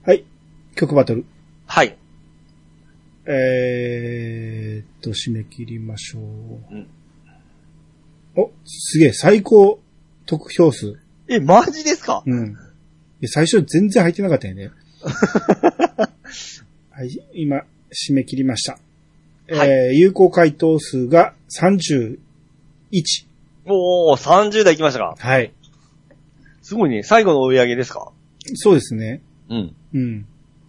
はい。曲バトル。 はい。 締め切りましょう。うん、お、すげえ、最高得票数。 マジですか？ うん。最初全然入ってなかったよね。はい、今、締め切りました。はい、有効回答数が31。 おー、30代行きましたか？ はい。 すごいね。最後の追い上げですか？ そうですね。 うん。 うん。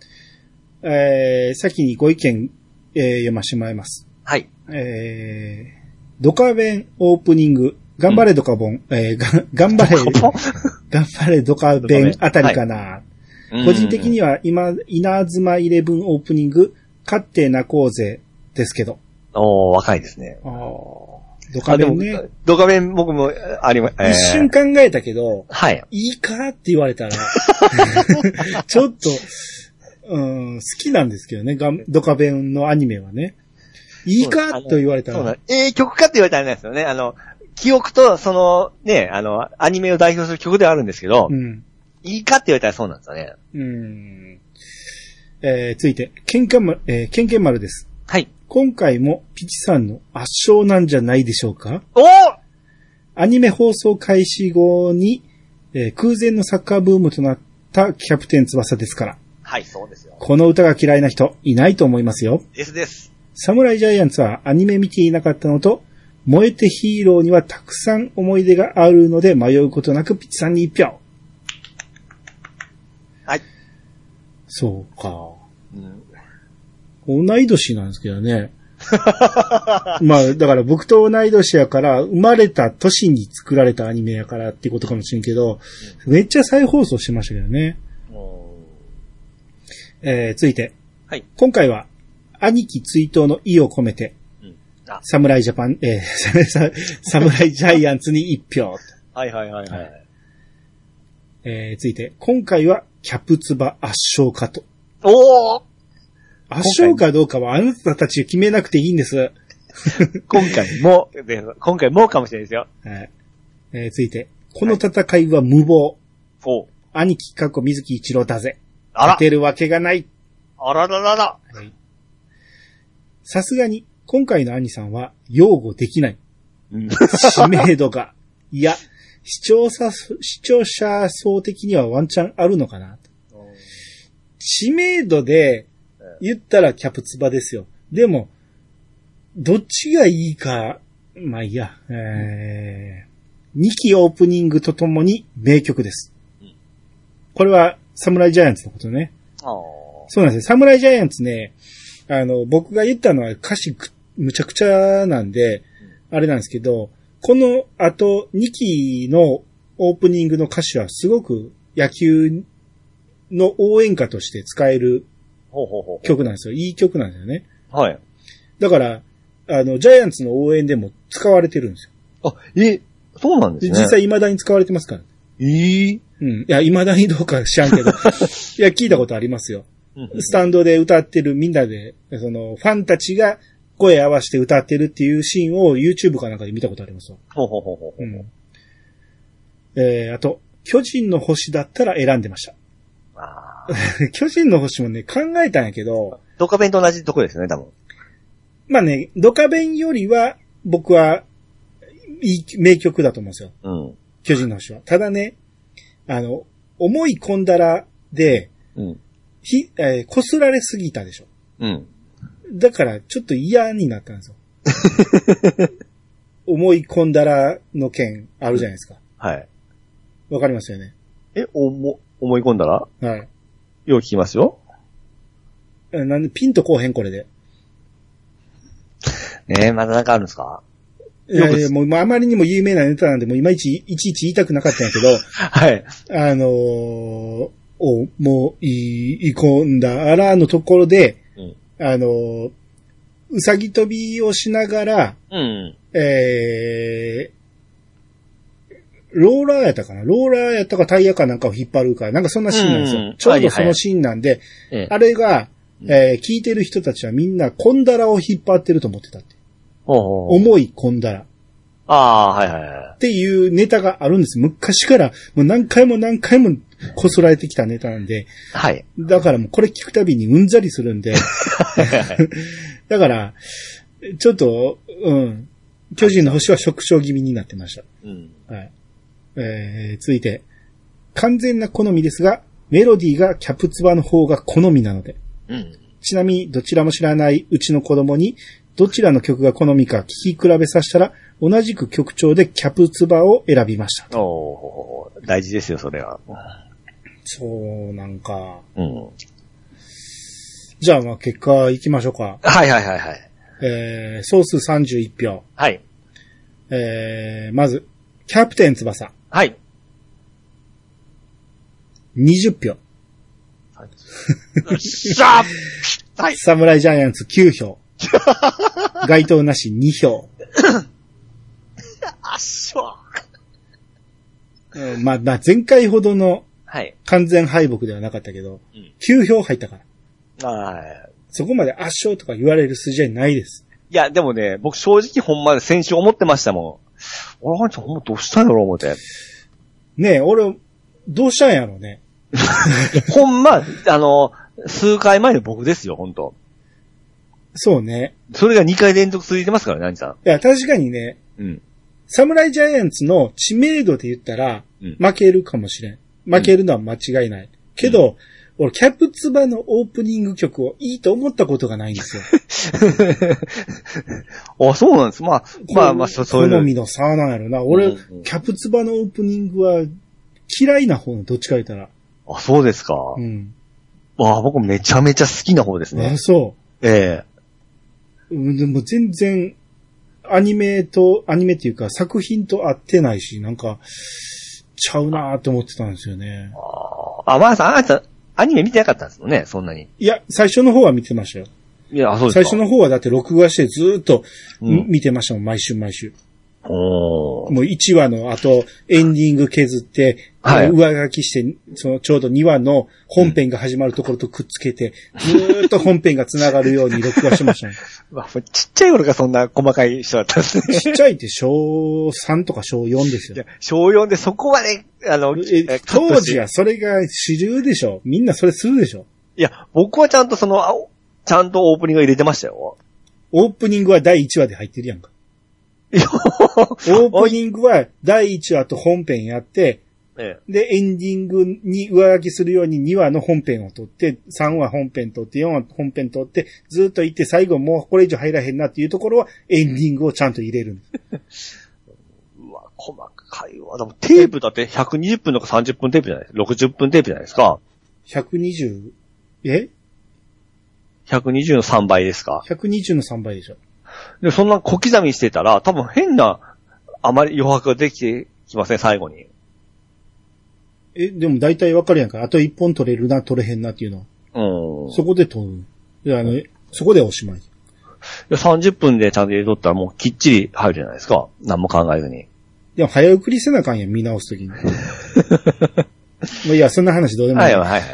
先にご意見、読ませてもらいます。 はい。 ドカベンオープニング、頑張れドカボン、頑張れドカベンあたりかな。はい、個人的には稲妻11オープニング、勝って泣こうぜですけど。 若いですね。 ドカベンね。 ドカベン僕もあります。 一瞬考えたけど、 はい。 いいかって言われたら、ちょっと、好きなんですけどね、ドカベンのアニメはね。いいかと言われたら。 そうだ。曲かって言われたらあれなんですよね。記憶と、アニメを代表する曲ではあるんですけど、いいかって言われたらそうなんですよね。 続いて、ケンケン丸です。 はい。 今回もピチさんの圧勝なんじゃないでしょうか？アニメ放送開始後に、空前のサッカーブームとなったキャプテン翼ですから。 はい、そうですよ。 この歌が嫌いな人いないと思いますよ。 です。 サムライジャイアンツはアニメ見ていなかったのと、燃えてヒーローにはたくさん思い出があるので迷うことなくピッチさんに一票。 はい。 そうか。同い年なんですけどね。まあ、だから僕と同い年やから生まれた年に作られたアニメやからってことかもしれんけど、めっちゃ再放送してましたけどね。続いて。 はい。 今回は兄貴追悼の意を込めて、サムライジャイアンツに一票。 はい。 続いて、今回はキャプツバ圧勝かと。圧勝かどうかはあなたたち決めなくていいんです。 今回もかもしれないですよ。 はい。続いて、この戦いは無謀。兄貴水木一郎だぜ。勝てるわけがない。 あらららら。 はい。さすがに、今回の兄さんは擁護できない。知名度が。いや、視聴者層的にはワンチャンあるのかな。知名度で言ったらキャプツバですよ。でも、どっちがいいか、まあいいや。2期オープニングとともに名曲です。これはサムライジャイアンツのことね。そうなんですよ。サムライジャイアンツね、僕が言ったのは歌詞むちゃくちゃなんで、あれなんですけど、この後2期のオープニングの歌詞はすごく野球の応援歌として使える曲なんですよ。いい曲なんですよね。 はい。 だから、ジャイアンツの応援でも使われてるんですよ。そうなんですね。 実際未だに使われてますから。うん。いや、未だにどうか知らんけど。いや、聞いたことありますよ。スタンドで歌ってるみんなで、ファンたちが声合わせて歌ってるっていうシーンを YouTube かなんかで見たことありますよ。あと、巨人の星だったら選んでました。巨人の星もね、考えたんやけど。 ドカベンと同じとこですね、多分。 まあね、ドカベンよりは、僕は、いい名曲だと思うんですよ。巨人の星は。ただね、思い込んだらで、こすられすぎたでしょ。だから、ちょっと嫌になったんですよ。思い込んだらの件あるじゃないですか。 はい。 わかりますよね。 思い込んだら？ はい。 よう聞きますよ。 なんで、ピンとこうへん、これで。 まだなんかあるんですか？ いや、もう、あまりにも有名なネタなんで、もういちいち言いたくなかったんやけど、 はい。 もう、い込んだらのところで、うさぎ跳びをしながら、ローラーやったかなタイヤかなんかを引っ張るか、なんかそんなシーンなんですよ。ちょうどそのシーンなんで、あれが、聞いてる人たちはみんなコンダラを引っ張ってると思ってたって。重いコンダラ。 ああ、はいはいはい。 っていうネタがあるんです。昔から、もう何回もこすられてきたネタなんで。 はい。 だからもうこれ聞くたびにうんざりするんで。だから、ちょっと、巨人の星は縮小気味になってました。うん。はい。続いて、完全な好みですが、メロディーがキャプツバの方が好みなので。うん。ちなみに、どちらも知らないうちの子供に、どちらの曲が好みか聞き比べさせたら、同じく曲調でキャプツバを選びました。 おー、大事ですよ、それは。 そう、なんか。うん。じゃあ、まあ、結果行きましょうか。 はいはいはいはい。 総数31票。 はい。 まず、キャプテン翼。 はい。 20票。 はい。しゃーはい。 サムライジャイアンツ9票。該当なし2票。 あっしょ。 まあ、前回ほどの完全敗北ではなかったけど、 うん、 9票入ったから。 はい。 そこまで圧勝とか言われる筋合いないです。 いや、でもね、僕正直ほんま先週思ってましたもん。俺、あんちゃんほんまどうしたんやろ思って。 ねえ、俺、どうしたんやろね。 ほんま、数回前の僕ですよ、ほんと。 そうね。 それが2回連続続いてますからね、何さん。 いや、確かにね、うん。サムライジャイアンツの知名度で言ったら、負けるかもしれん。負けるのは間違いない。うん、けど、俺、キャプツバのオープニング曲をいいと思ったことがないんですよ。 あ、そうなんです。まあ、そういうの。 好みの差なんやろな。俺、キャプツバのオープニングは嫌いな方のどっちか言ったら。 あ、そうですか。うん。あ、僕めちゃめちゃ好きな方ですね。 あ、そう。 ええ。でも全然、アニメっていうか作品と合ってないし、なんか、ちゃうなーって思ってたんですよね。 あ、まあさん、あなた、アニメ見てなかったんですもんね、そんなに。 いや、最初の方は見てましたよ。 いや、そうですか。 最初の方はだって録画してずーっと、見てましたもん、毎週。もう1話の後、エンディング削って、はい、上書きして、ちょうど2話の本編が始まるところとくっつけて、ずーっと本編が繋がるように録画してましたね。 ちっちゃい頃がそんな細かい人だったんですね。 ちっちゃいって小3とか小4ですよ。いや、 小4でそこまで、 当時はそれが主流でしょ。みんなそれするでしょ。 いや、僕はちゃんとちゃんとオープニング入れてましたよ。 オープニングは第1話で入ってるやんか。オープニングは第1話と本編やって、で、エンディングに上書きするように2話の本編を撮って、3話本編撮って、4話本編撮って、ずっと行って最後もうこれ以上入らへんなっていうところはエンディングをちゃんと入れるんです。 うわ、細かいわ。でもテープだって120分とか30分テープじゃないですか。60分テープじゃないですか。 120、 120の3倍ですか。 120の3倍でしょ。 で、そんな小刻みにしてたら、多分変な、あまり余白ができてきません、最後に。 でも大体わかるやんか。あと1本取れるな、取れへんなっていうの。そこで取る。そこでおしまい。 いや、30分でちゃんと入れとったらもうきっちり入るじゃないですか。何も考えずに。 でも早送りせなあかんやん、見直すときに。もういや、そんな話どうでもいい。 はいはいはい。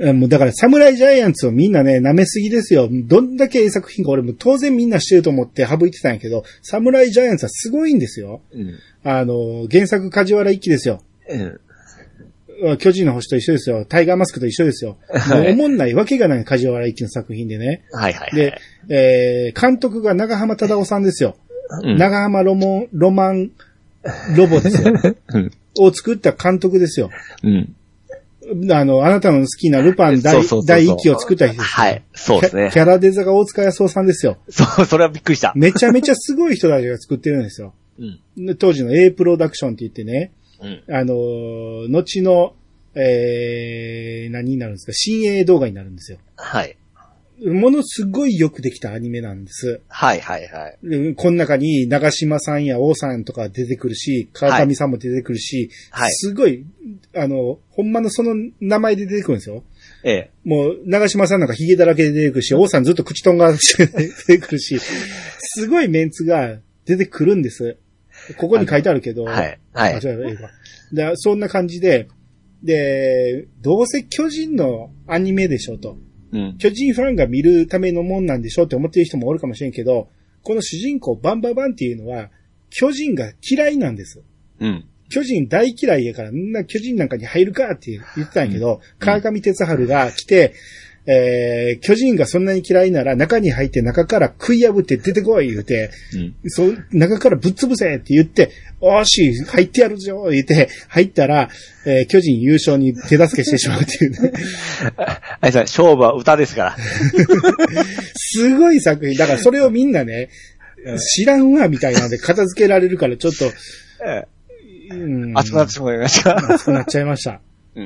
もうだから、サムライジャイアンツをみんなね、舐めすぎですよ。どんだけいい作品か俺も当然みんなしてると思って省いてたんやけど、サムライジャイアンツはすごいんですよ。うん、原作梶原一騎ですよ。巨人の星と一緒ですよ。タイガーマスクと一緒ですよ。もう思んないわけがない梶原一騎の作品でね。 はいはい、はい。 で、監督が長浜忠夫さんですよ。うん、長浜ロマンロボですよ。を作った監督ですよ。 うんあなたの好きなルパン第一期を作った人です。 はい。そうですね。 キャラデザが大塚康夫さんですよ。 それはびっくりした。 めちゃめちゃすごい人たちが作ってるんですよ。 うん、 当時の A プロダクションって言ってね、 うん、 後の、何になるんですか、新鋭動画になるんですよ。 はい。 ものすごいよくできたアニメなんです。 はいはいはい。 この中に長島さんや王さんとか出てくるし、川上さんも出てくるし、はい、すごい、ほんまのその名前で出てくるんですよ。もう、長島さんなんかヒゲだらけで出てくるし、王さんずっと口とんがして出てくるし、すごいメンツが出てくるんです。ここに書いてあるけど、 はい。はい。 で、そんな感じで、どうせ巨人のアニメでしょと。 うん、 巨人ファンが見るためのもんなんでしょって思ってる人もおるかもしれんけど、この主人公バンババンっていうのは、 巨人が嫌いなんです。 うん。 巨人大嫌いやから、みんな巨人なんかに入るかって言ってたんやけど、川上哲治が来て、巨人がそんなに嫌いなら中に入って中から食い破って出てこい言うて、中からぶっ潰せって言って、おーし、入ってやるぞ言って、入ったら、巨人優勝に手助けしてしまうっていうね。 あいさん、勝負は歌ですから。 すごい作品。だからそれをみんなね、知らんわみたいなんで片付けられるからちょっと、 熱くなってしまいました。 熱くなっちゃいました。 うん。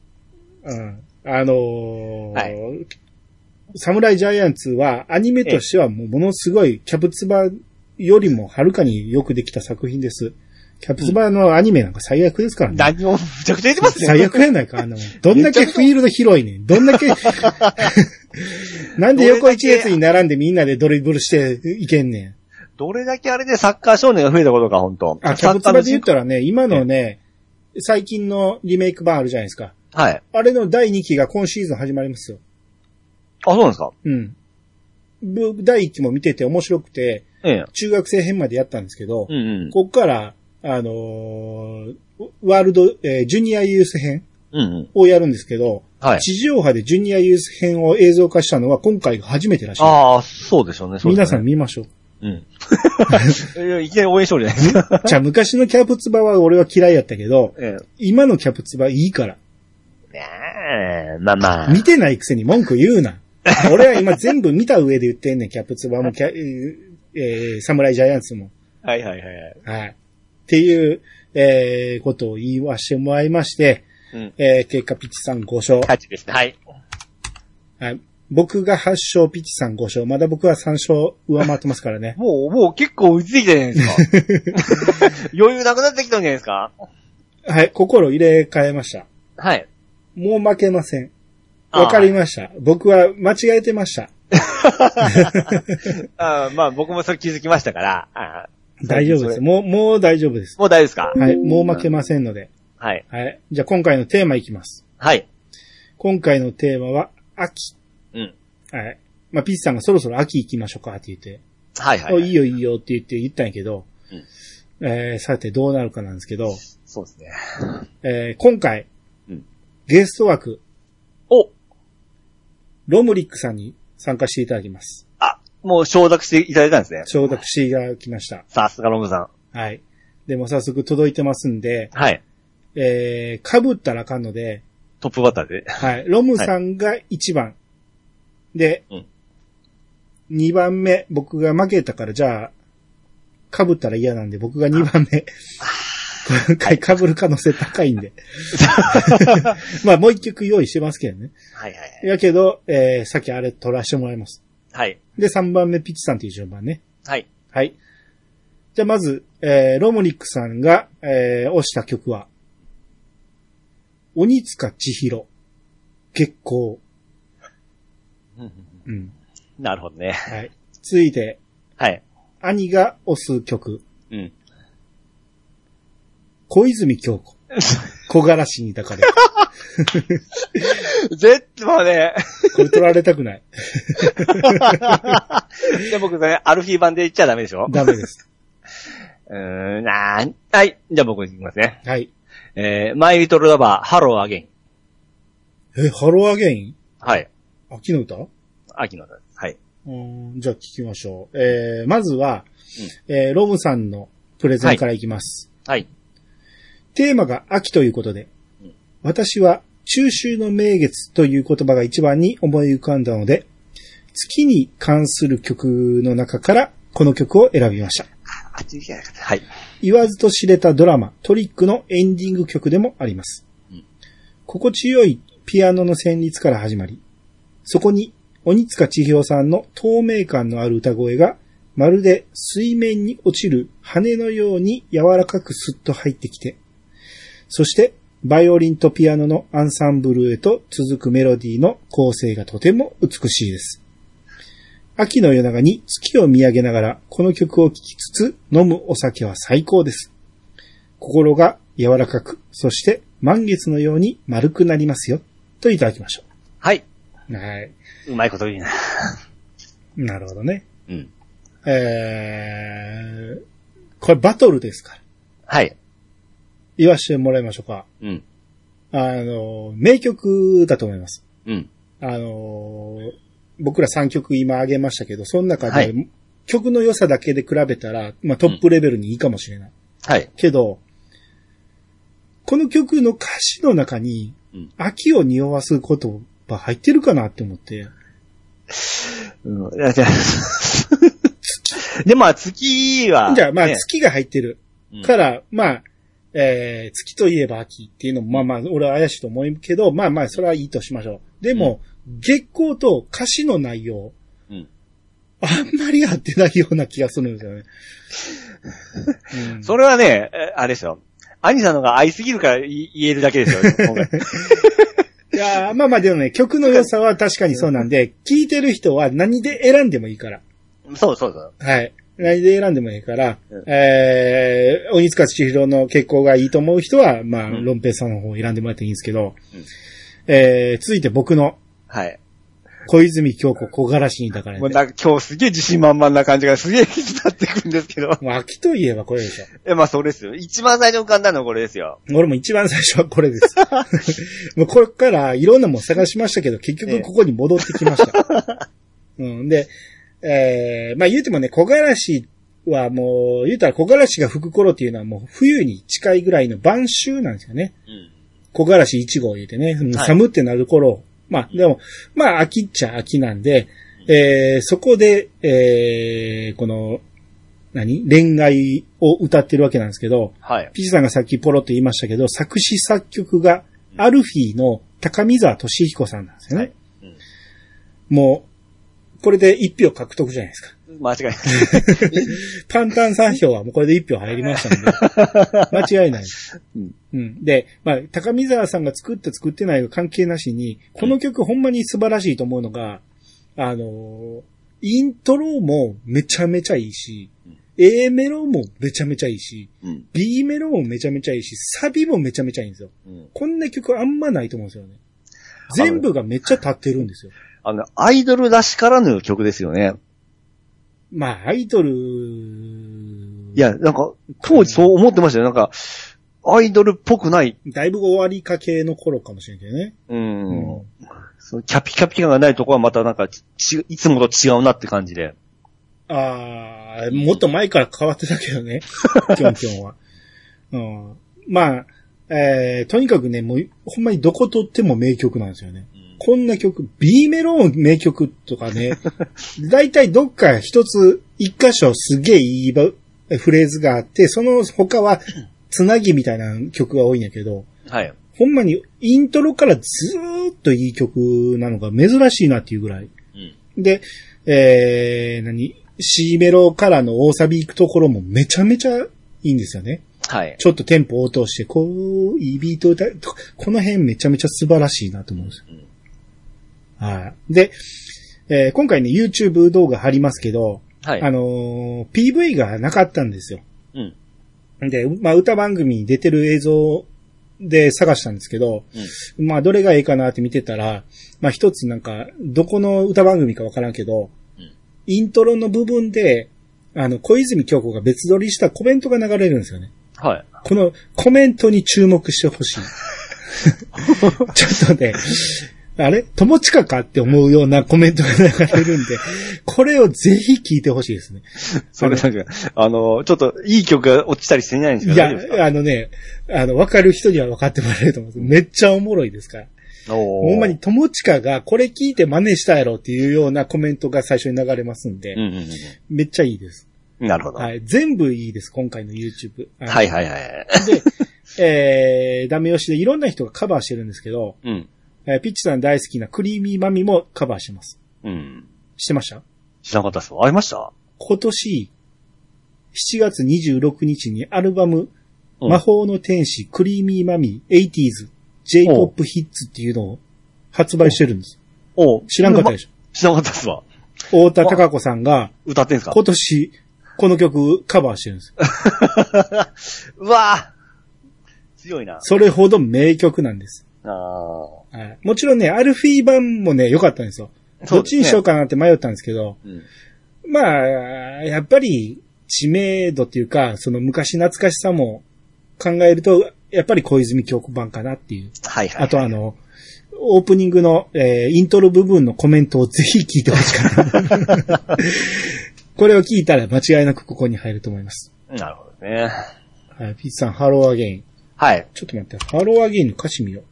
はい、サムライジャイアンツはアニメとしてはものすごいキャプツバよりもはるかによくできた作品です。キャプツバのアニメなんか最悪ですからね。 何をむちゃくちゃ言ってますね。 最悪やないか、どんだけフィールド広いねん。どんだけ、なんで横一列に並んでみんなでドリブルしていけんねん。 どれだけあれでサッカー少年が増えたことか、本当。 キャプツバで言ったらね、今のね、最近のリメイク版あるじゃないですか。 はい。 あれの第2期が今シーズン始まりますよ。 あ、そうなんですか？ うん。第1期も見てて面白くて、中学生編までやったんですけど、こっから、ワールド、ジュニアユース編をやるんですけど、地上波でジュニアユース編を映像化したのは今回が初めてらしい。 ああ、そうでしょうね。 皆さん見ましょう。 うん。いきなり応援勝利じゃないですか。 じゃあ昔のキャプツバは俺は嫌いやったけど、今のキャプツバいいから。 まあまあ。 見てないくせに文句言うな。俺は今全部見た上で言ってんねん、キャプツバもサムライジャイアンツも。 はい。はい。 っていう、ことを言わしてもらいまして、結果ピッチさん5勝。 勝ちですね。はい。 はい。僕が8勝、ピッチさん5勝。まだ僕は3勝上回ってますからね。 もう結構打ちてきたじゃないですか。余裕なくなってきたんじゃないですか。 はい、心入れ替えました。 はい。 もう負けません。わかりました。僕は間違えてました。 まあ僕もそれ気づきましたから。 大丈夫です。もう大丈夫です。 もう大丈夫ですか？ はい。もう負けませんので。 はい。 はい。じゃあ今回のテーマいきます。 はい。 今回のテーマは、秋。 うん。 はい。まあ、ピッチさんがそろそろ秋行きましょうかって言って。 はい。 いいよって言ったんやけど。さてどうなるかなんですけど。 そうですね。今回、ゲスト枠。ロムリックさんに参加していただきます。 あ、もう承諾していただいたんですね。 承諾していただきました。 さすがロムさん。はい。でも早速届いてますんで。 はい。 被ったらあかんので。 トップバッターで。 はい。ロムさんが1番。で、2番目、僕が負けたから、じゃあ、被ったら嫌なんで、僕が2番目。今回被る可能性高いんで。まあ、もう一曲用意してますけどね。 はい。 やけど、さっきあれ取らせてもらいます。 はい。 で、3番目、ピッチさんという順番ね。 はい。 はい。じゃあ、まず、ロムリックさんが、押した曲は、鬼塚千尋、月光。 なるほどね。 はい。続いて、 はい。 兄が押す曲。小泉京子。小柄しに抱かれ。 もうね。 これ取られたくない。 で、僕ね、アルフィー版で言っちゃダメでしょ？ ダメです。 はい。じゃあ僕行きますね。 はい。 マイリトルラバー、ハローアゲイン。 ハローアゲイン？ はい。 秋の歌？ 秋の歌です。はい。 じゃあ聞きましょう。まずは、ロムさんのプレゼンからいきます。 はい。 テーマが秋ということで、私は中秋の名月という言葉が一番に思い浮かんだので、月に関する曲の中からこの曲を選びました。 はい。 言わずと知れたドラマ、トリックのエンディング曲でもあります。心地よいピアノの旋律から始まり、そこに鬼塚千尋さんの透明感のある歌声がまるで水面に落ちる羽のように柔らかくスッと入ってきて、そしてバイオリンとピアノのアンサンブルへと続くメロディーの構成がとても美しいです。秋の夜長に月を見上げながらこの曲を聴きつつ飲むお酒は最高です。心が柔らかく、そして満月のように丸くなりますよ。といただきましょう。 はい。 はい。 うまいこと言うな。 これバトルですから。 はい。 言わしてもらいましょうか。 うん。 名曲だと思います。 うん。 僕ら3曲今挙げましたけど、その中で、曲の良さだけで比べたら、まあトップレベルにいいかもしれない。 はい。 けど、この曲の歌詞の中に、秋を匂わす言葉入ってるかなって思って。 で、まあ月は、 じゃあまあ月が入ってる。から、まあ、月といえば秋っていうのも、まあまあ、俺は怪しいと思うけど、まあまあ、それはいいとしましょう。でも、月光と歌詞の内容、あんまり合ってないような気がするんですよね。 それはね、あれですよ。兄さんのが合いすぎるから言えるだけですよ。 いやまあまあでもね、曲の良さは確かにそうなんで、聴いてる人は何で選んでもいいから。 そうそうそう。 はい。何で選んでもいいから、鬼塚千尋の結婚がいいと思う人は、まあ、ロンペイさんの方を選んでもらっていいんですけど、続いて僕の、 はい。 小泉京子小柄しにだからね。 もうなんか今日すげえ自信満々な感じがすげえ引き立ってくるんですけど。 もう秋といえばこれでしょ。 まあそうですよ。一番最初浮かんだのはこれですよ。 俺も一番最初はこれです。もうこれからいろんなもん探しましたけど、結局ここに戻ってきました。で、まあ言うてもね、木枯らしはもう、言うたら木枯らしが吹く頃っていうのはもう冬に近いぐらいの晩秋なんですよね。木枯らし1号言うてね、寒ってなる頃、まあでも、まあ秋っちゃ秋なんで、そこで、この、恋愛を歌ってるわけなんですけど、 はい。 ピチさんがさっきポロッと言いましたけど、作詞作曲がアルフィーの高見沢俊彦さんなんですよね。はい。もう、これで1票獲得じゃないですか。 間違いない。 パンタン3票はもうこれで1票入りましたので、間違いない。で、まあ、高見沢さんが作って作ってないが関係なしに、この曲ほんまに素晴らしいと思うのが、イントロもめちゃめちゃいいし、A メロもめちゃめちゃいいし、B メロもめちゃめちゃいいし、サビもめちゃめちゃいいんですよ。こんな曲あんまないと思うんですよね。全部がめっちゃ立ってるんですよ。 アイドルらしからぬ曲ですよね。 まあ、アイドル、 いや、なんか、当時そう思ってましたよ。なんか、アイドルっぽくない。 だいぶ終わりかけの頃かもしれんけどね。 そのキャピキャピ感がないとこはまたなんか、いつもと違うなって感じで。 もっと前から変わってたけどね。キョンキョンは。まあ、とにかくね、もう、ほんまにどこ撮っても名曲なんですよね。こんな曲、B メロ名曲とかね、だいたいどっか一箇所すげえいいフレーズがあって、その他はつなぎみたいな曲が多いんやけど、 はい。 ほんまにイントロからずーっといい曲なのが珍しいなっていうぐらい。で、C メロからの大サビ行くところもめちゃめちゃいいんですよね。 はい。 ちょっとテンポを落として、こう、いいビート歌う、この辺めちゃめちゃ素晴らしいなと思うんですよ。はい。で、今回ね、YouTube 動画貼りますけど、はい。PV がなかったんですよ。で、まあ、歌番組に出てる映像で探したんですけど、まあ、どれがいいかなって見てたら、まあ、一つなんか、どこの歌番組かわからんけど、イントロの部分で、小泉京子が別撮りしたコメントが流れるんですよね。 はい。 このコメントに注目してほしい。ちょっとね、あれ友近かって思うようなコメントが流れるんで、これをぜひ聞いてほしいですね。 それなんか、ちょっといい曲が落ちたりしてないんですか？ いや、わかる人には分かってもらえると思うんです。めっちゃおもろいですから。ほんまに友近がこれ聞いて真似したやろっていうようなコメントが最初に流れますんで、めっちゃいいです。 なるほど。 はい。全部いいです、今回の YouTube。 はいはいはい。 で、ダメ押しでいろんな人がカバーしてるんですけど、ピッチさん大好きなクリーミーマミもカバーしてます。知ってました？ 知らなかったです。ありました？ 今年、7月26日にアルバム、魔法の天使クリーミーマミ 80s J-POP ヒッツっていうのを発売してるんです。知らんかったでしょ？ 知らなかったですわ。 太田貴子さんが、 歌ってんすか？ 今年、この曲カバーしてるんですよ。 うわぁ強いな。 それほど名曲なんです。はい、もちろんね、アルフィー版もね、良かったんですよ。どっちにしようかなって迷ったんですけど、まあ、やっぱり、 知名度っていうか、その昔懐かしさも考えると、やっぱり小泉京子版かなっていう。 はいはい、はい。 あとオープニングの、イントロ部分のコメントをぜひ聞いてほしかった。これを聞いたら間違いなくここに入ると思います。 なるほどね。 はい、ピッチさん、ハローアゲイン。 はい。 ちょっと待って、ハローアゲインの歌詞見よ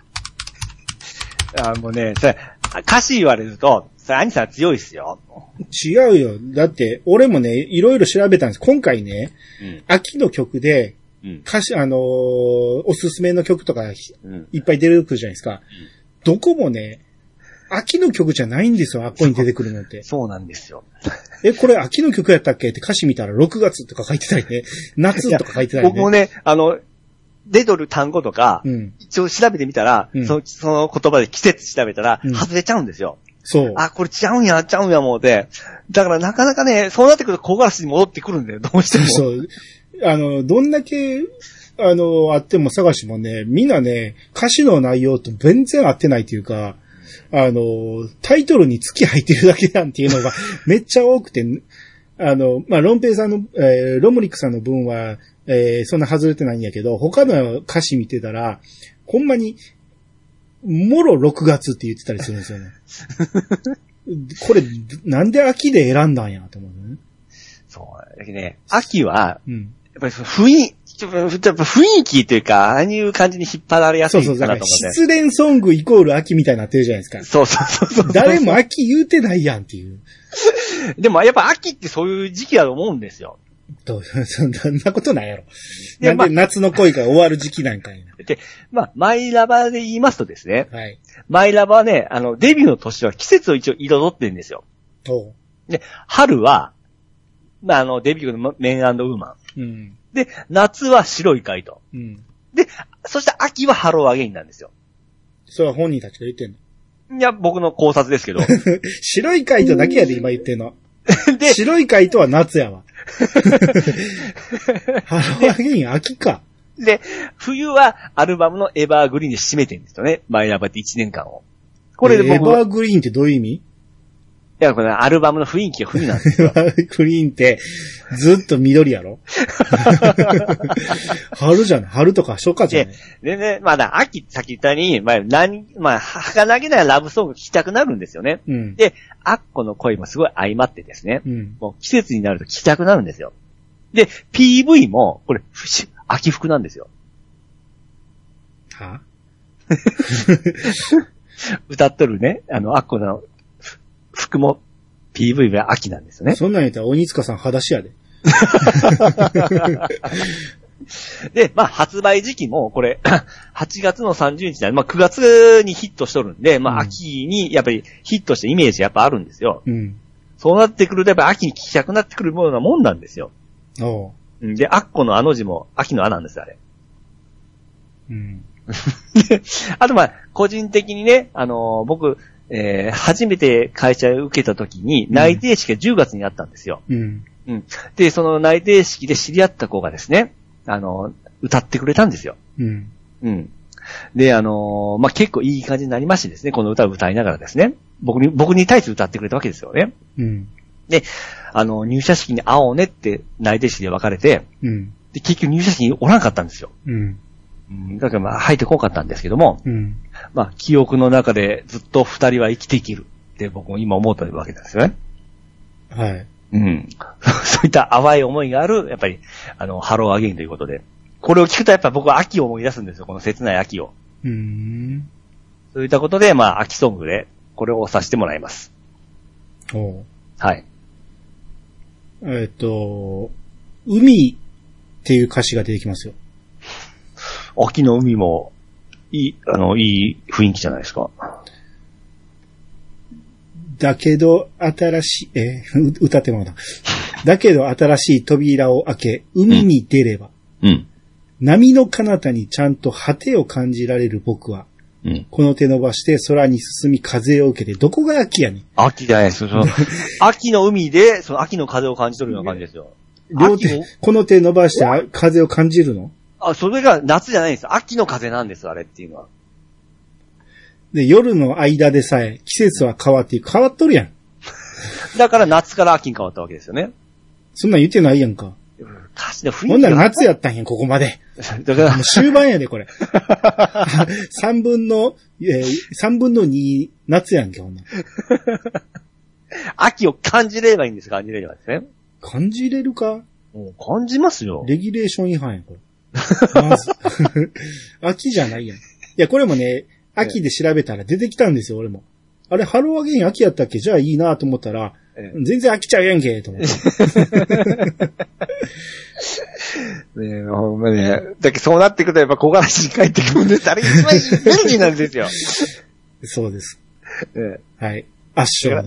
う。もうね、それ、歌詞言われると、それ、兄さん強いっすよ。 違うよ。だって、俺もね、いろいろ調べたんです。今回ね、秋の曲で、歌詞、おすすめの曲とか、いっぱい出てくるじゃないですか。どこもね、秋の曲じゃないんですよ、あっこに出てくるのって。 そうなんですよ。 これ秋の曲やったっけって歌詞見たら6月とか書いてたりね、夏とか書いてたりね。 僕もね、出とる単語とか、一応調べてみたら、その言葉で季節調べたら、外れちゃうんですよ。 そう。 あ、これちゃうんや思うて。だからなかなかね、そうなってくると小ガラスに戻ってくるんだよ、どうしても。 そう。どんだけ、あっても探しもね、みんなね、歌詞の内容と全然合ってないというか、タイトルに月入ってるだけなんていうのがめっちゃ多くて、まあ、ロンペイさんの、ロムリックさんの分は、そんな外れてないんやけど、他の歌詞見てたら、ほんまに、もろ6月って言ってたりするんですよね。これ、なんで秋で選んだんやと思うね。 そうだけどね、秋は、やっぱり雰囲気というか、ああいう感じに引っ張られやすいかなと思って。 失恋ソングイコール秋みたいになってるじゃないですか。 そう。 誰も秋言うてないやんっていう。 でもやっぱ秋ってそういう時期だと思うんですよ。 そんなことないやろ。なんで夏の恋が終わる時期なんかいな。 で、マイラバで言いますとですね。 はい。 マイラバはね、デビューの年は季節を一応彩ってるんですよ。で、春は、デビューのメン&ウーマン。で、夏は白いカイト。で、そして秋はハローアゲインなんですよ。 それは本人たちが言ってんの？ いや、僕の考察ですけど。 白いカイトだけやで今言ってんの。で、白いカイトは夏やわ。ハローアゲイン秋か。 で、冬はアルバムのエバーグリーンで締めてるんですよね。マイラバって1年間を。 これで僕。エバーグリーンってどういう意味？ いや、これアルバムの雰囲気が冬なんですよ。 エバーグリーンって、ずっと緑やろ春じゃない？春とか初夏じゃない？ でね、まだ秋、さっき言ったように、儚げないラブソング聴きたくなるんですよね。で、アッコの声もすごい相まってですね。もう季節になると聴きたくなるんですよ。で、PV も、これ、秋服なんですよ。 は歌っとるね、アッコの服も PV が秋なんですよね。 そんなん言ったら鬼塚さん裸足やで。 で、発売時期も、これ、8月の30日なんで、9月にヒットしとるんで、秋にやっぱりヒットしたイメージやっぱあるんですよ。そうなってくると、やっぱ秋に聴きたくなってくるようなもんなんですよ。で、アッコの字も秋のなんです、あれ。で、あと個人的にね、僕、初めて会社を受けた時に、内定式が10月にあったんですよ。で、その内定式で知り合った子がですね、歌ってくれたんですよ。で、結構いい感じになりましてですね、この歌を歌いながらですね、僕に対して歌ってくれたわけですよね。で、入社式に会おうねって内定式で別れて、で、結局入社式におらんかったんですよ。だから入ってこなかったんですけども、記憶の中でずっと二人は生きていけるって僕も今思うとるわけですよね。 はい。 そういった淡い思いがある、やっぱり、ハローアゲインということで。これを聞くとやっぱ僕は秋を思い出すんですよ、この切ない秋を。そういったことで、秋ソングで、これをさせてもらいます。はい。 海っていう歌詞が出てきますよ。 秋の海も、いい雰囲気じゃないですか。 だけど、新しい、歌ってもらうな。だけど、新しい扉を開け、海に出れば。波の彼方にちゃんと果てを感じられる僕は。この手伸ばして空に進み風を受けて、どこが秋やねん。 秋じゃないですよ。秋の海で、その秋の風を感じ取るような感じですよ。 両手、この手伸ばして風を感じるの？ それが夏じゃないんです。秋の風なんです、あれっていうのは。 で、夜の間でさえ季節は変わっとるやん。 だから夏から秋に変わったわけですよね。 そんなん言ってないやんか。 歌詞の雰囲気。 ほんなら夏やったんや、ここまで。 だから。 もう終盤やで、これ。3分の2夏やんけ、ほんなら。 秋を感じればいいんです、感じれればですね。 感じれるか？ 感じますよ。 レギュレーション違反やん、これ。まず。秋じゃないやん。いや、これもね、秋で調べたら出てきたんですよ、俺も。あれ、ハローアゲイン秋やったっけ？じゃあいいなと思ったら、全然飽きちゃうやんけ、と思って。 ねえ、ほんまね。だけどそうなってくるとやっぱ小柄しに帰ってくるんです。あれ一番便利なんですよ。 そうです。はい。圧勝です。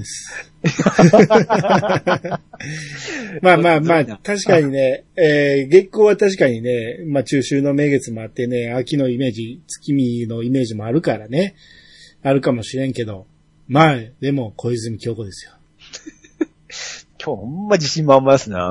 まあ、確かにね、月光は確かにね、まあ中秋の名月もあってね、秋のイメージ、月見のイメージもあるからね、あるかもしれんけど、まあ、でも小泉京子ですよ。 今日ほんま自信満々ですな。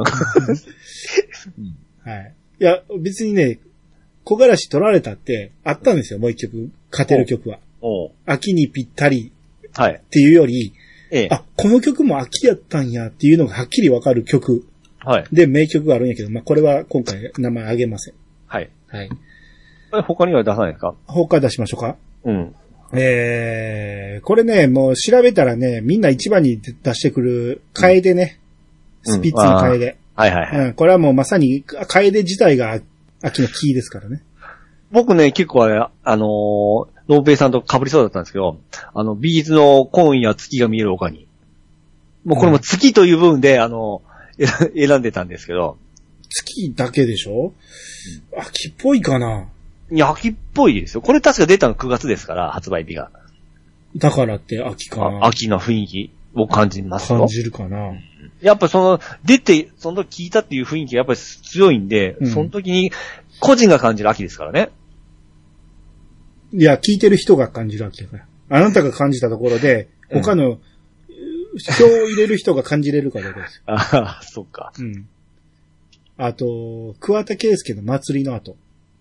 はい。いや、別にね、小柄し取られたってあったんですよ、もう一曲、勝てる曲は。秋にぴったりっていうより、あ、この曲も秋やったんやっていうのがはっきりわかる曲。はい。で、名曲があるんやけど、まあ、これは今回名前あげません。 はい。はい。他には出さないですか？ 他出しましょうか？ うん。 これね、もう調べたらね、みんな一番に出してくる、楓ね。スピッツの楓。 はいはいはい。 これはもうまさに、楓自体が秋のキーですからね。 僕ね、結構ノーベイさんと被りそうだったんですけど、ビーズの今夜月が見える丘に。もうこれも月という部分で、選んでたんですけど。 月だけでしょ？秋っぽいかな？ いや、秋っぽいですよ。これ確か出たの9月ですから、発売日が。 だからって秋かな？ 秋の雰囲気を感じますよ。 感じるかな？ やっぱ出て、その時聞いたっていう雰囲気がやっぱり強いんで、その時に個人が感じる秋ですからね。 いや、聞いてる人が感じる秋だから。あなたが感じたところで、他の、票を入れる人が感じれるかどうかですよ。 ああ、そっか。 うん。あと、桑田佳祐の祭りの後。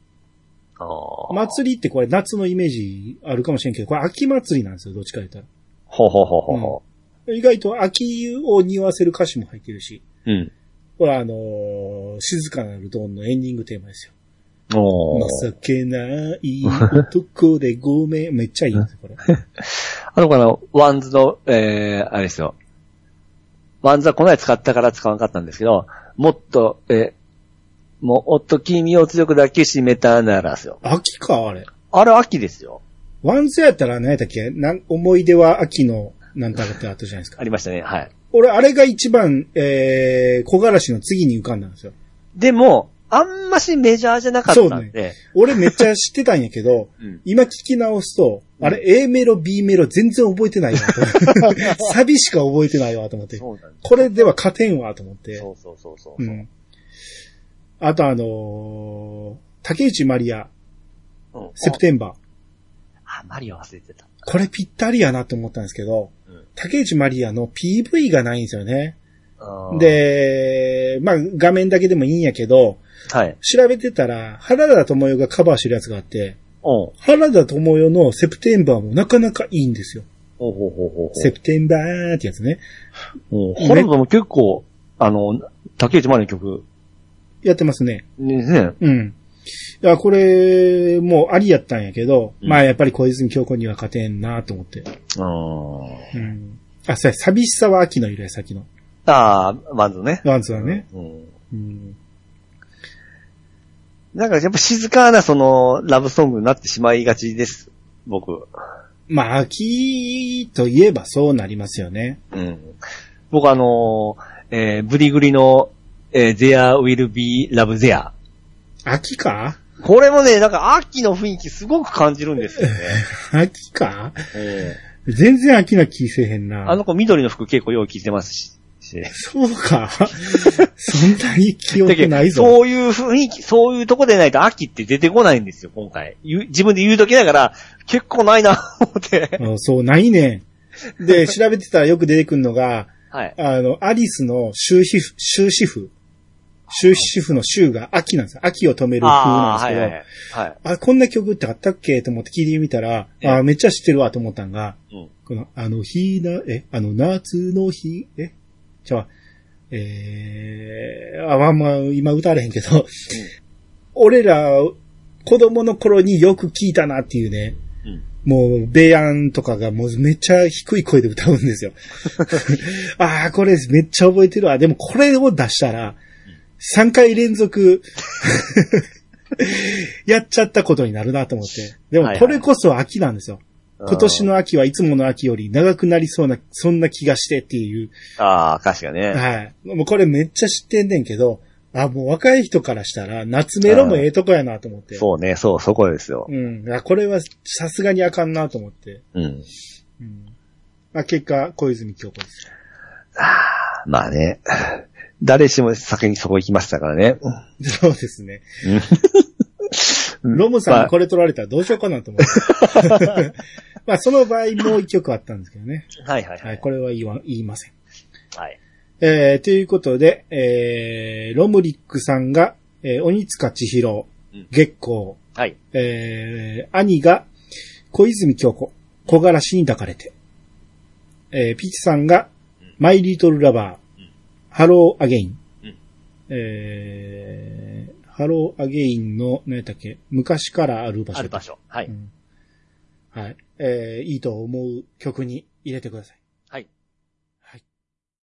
祭りってこれ夏のイメージあるかもしれんけど、これ秋祭りなんですよ、どっちか言ったら。 ほうほうほうほう。意外と秋を匂わせる歌詞も入ってるし。 うん。 これ静かなるドーンのエンディングテーマですよ。情けない男でごめん。めっちゃいいんですよ、これ。 ワンズの、あれですよ。ワンズはこの間使ったから使わなかったんですけど、もっと君を強く抱きしめたならですよ。 秋か、あれ。 あれ秋ですよ。 ワンズやったら何やったっけ？思い出は秋のなんたらってあったじゃないですか。 ありましたね、はい。 俺、あれが一番、小柄しの次に浮かんだんですよ。 でも、あんましメジャーじゃなかったんで。そうね。 俺めっちゃ知ってたんやけど、今聞き直すと、あれ A メロ、B メロ全然覚えてないわと。サビしか覚えてないわと思って。これでは勝てんわと思って。 そう。うん。 あと竹内まりや、セプテンバー。 あ、マリア忘れてた。 これぴったりやなと思ったんですけど、竹内まりやの PV がないんですよね。で、まあ画面だけでもいいんやけど、 はい。 調べてたら、原田知世がカバーしてるやつがあって、原田知世のセプテンバーもなかなかいいんですよ。セプテンバーってやつね。 原田も結構、竹内まりの曲。 やってますね。 ね。 うん。いや、これ、もうありやったんやけど、まあやっぱり小泉京子には勝てんなと思って。うん。あ、寂しさは秋の色や、先の。 ああ、ワンズね。 ワンズはね。 なんかやっぱ静かなラブソングになってしまいがちです、僕。 まあ、秋といえばそうなりますよね。 うん。僕ブリグリの、There Will Be Love There。 秋か？ これもね、なんか秋の雰囲気すごく感じるんですよね。 秋か？全然秋な気せえへんな。 あの子緑の服結構よう着てますし。 そうかそんなに記憶ないぞ。 そういう雰囲気、そういうとこでないと秋って出てこないんですよ、今回。自分で言うときながら、結構ないな、思って。 そう、ないね。で、調べてたらよく出てくるのが、 はい。 アリスの終止符の終が秋なんですよ。秋を止める風なんですけど、はい、こんな曲ってあったっけと思って聞いてみたら、めっちゃ知ってるわと思ったんが、この、夏の日、 まあ、今歌われへんけど、俺ら、子供の頃によく聞いたなっていうね、もう、ベアンとかがもうめっちゃ低い声で歌うんですよ。ああ、これめっちゃ覚えてるわ。でもこれを出したら、3回連続、やっちゃったことになるなと思って。でもこれこそ秋なんですよ。今年の秋はいつもの秋より長くなりそうな、そんな気がしてっていう。 ああ、確かね。 はい。もうこれめっちゃ知ってんねんけど、もう若い人からしたら、夏メロもええとこやなと思って。 そうね、そこですよ。 これはさすがにあかんなと思って。結果、小泉京子です。 まあね。誰しも先にそこ行きましたからね。 そうですね。ロムさんにこれ取られたらどうしようかなと思って。まあその場合もう一曲あったんですけどね。 はい。 これは言いません。 はい。 ということで、ロムリックさんが、鬼塚千尋、月光。 はい。 兄が小泉京子、小柄しに抱かれて。ピチさんが、マイリトルラバー、ハローアゲイン。ハローアゲインの、何やったっけ、昔からある場所。 ある場所。はい。 はい。いいと思う曲に入れてください。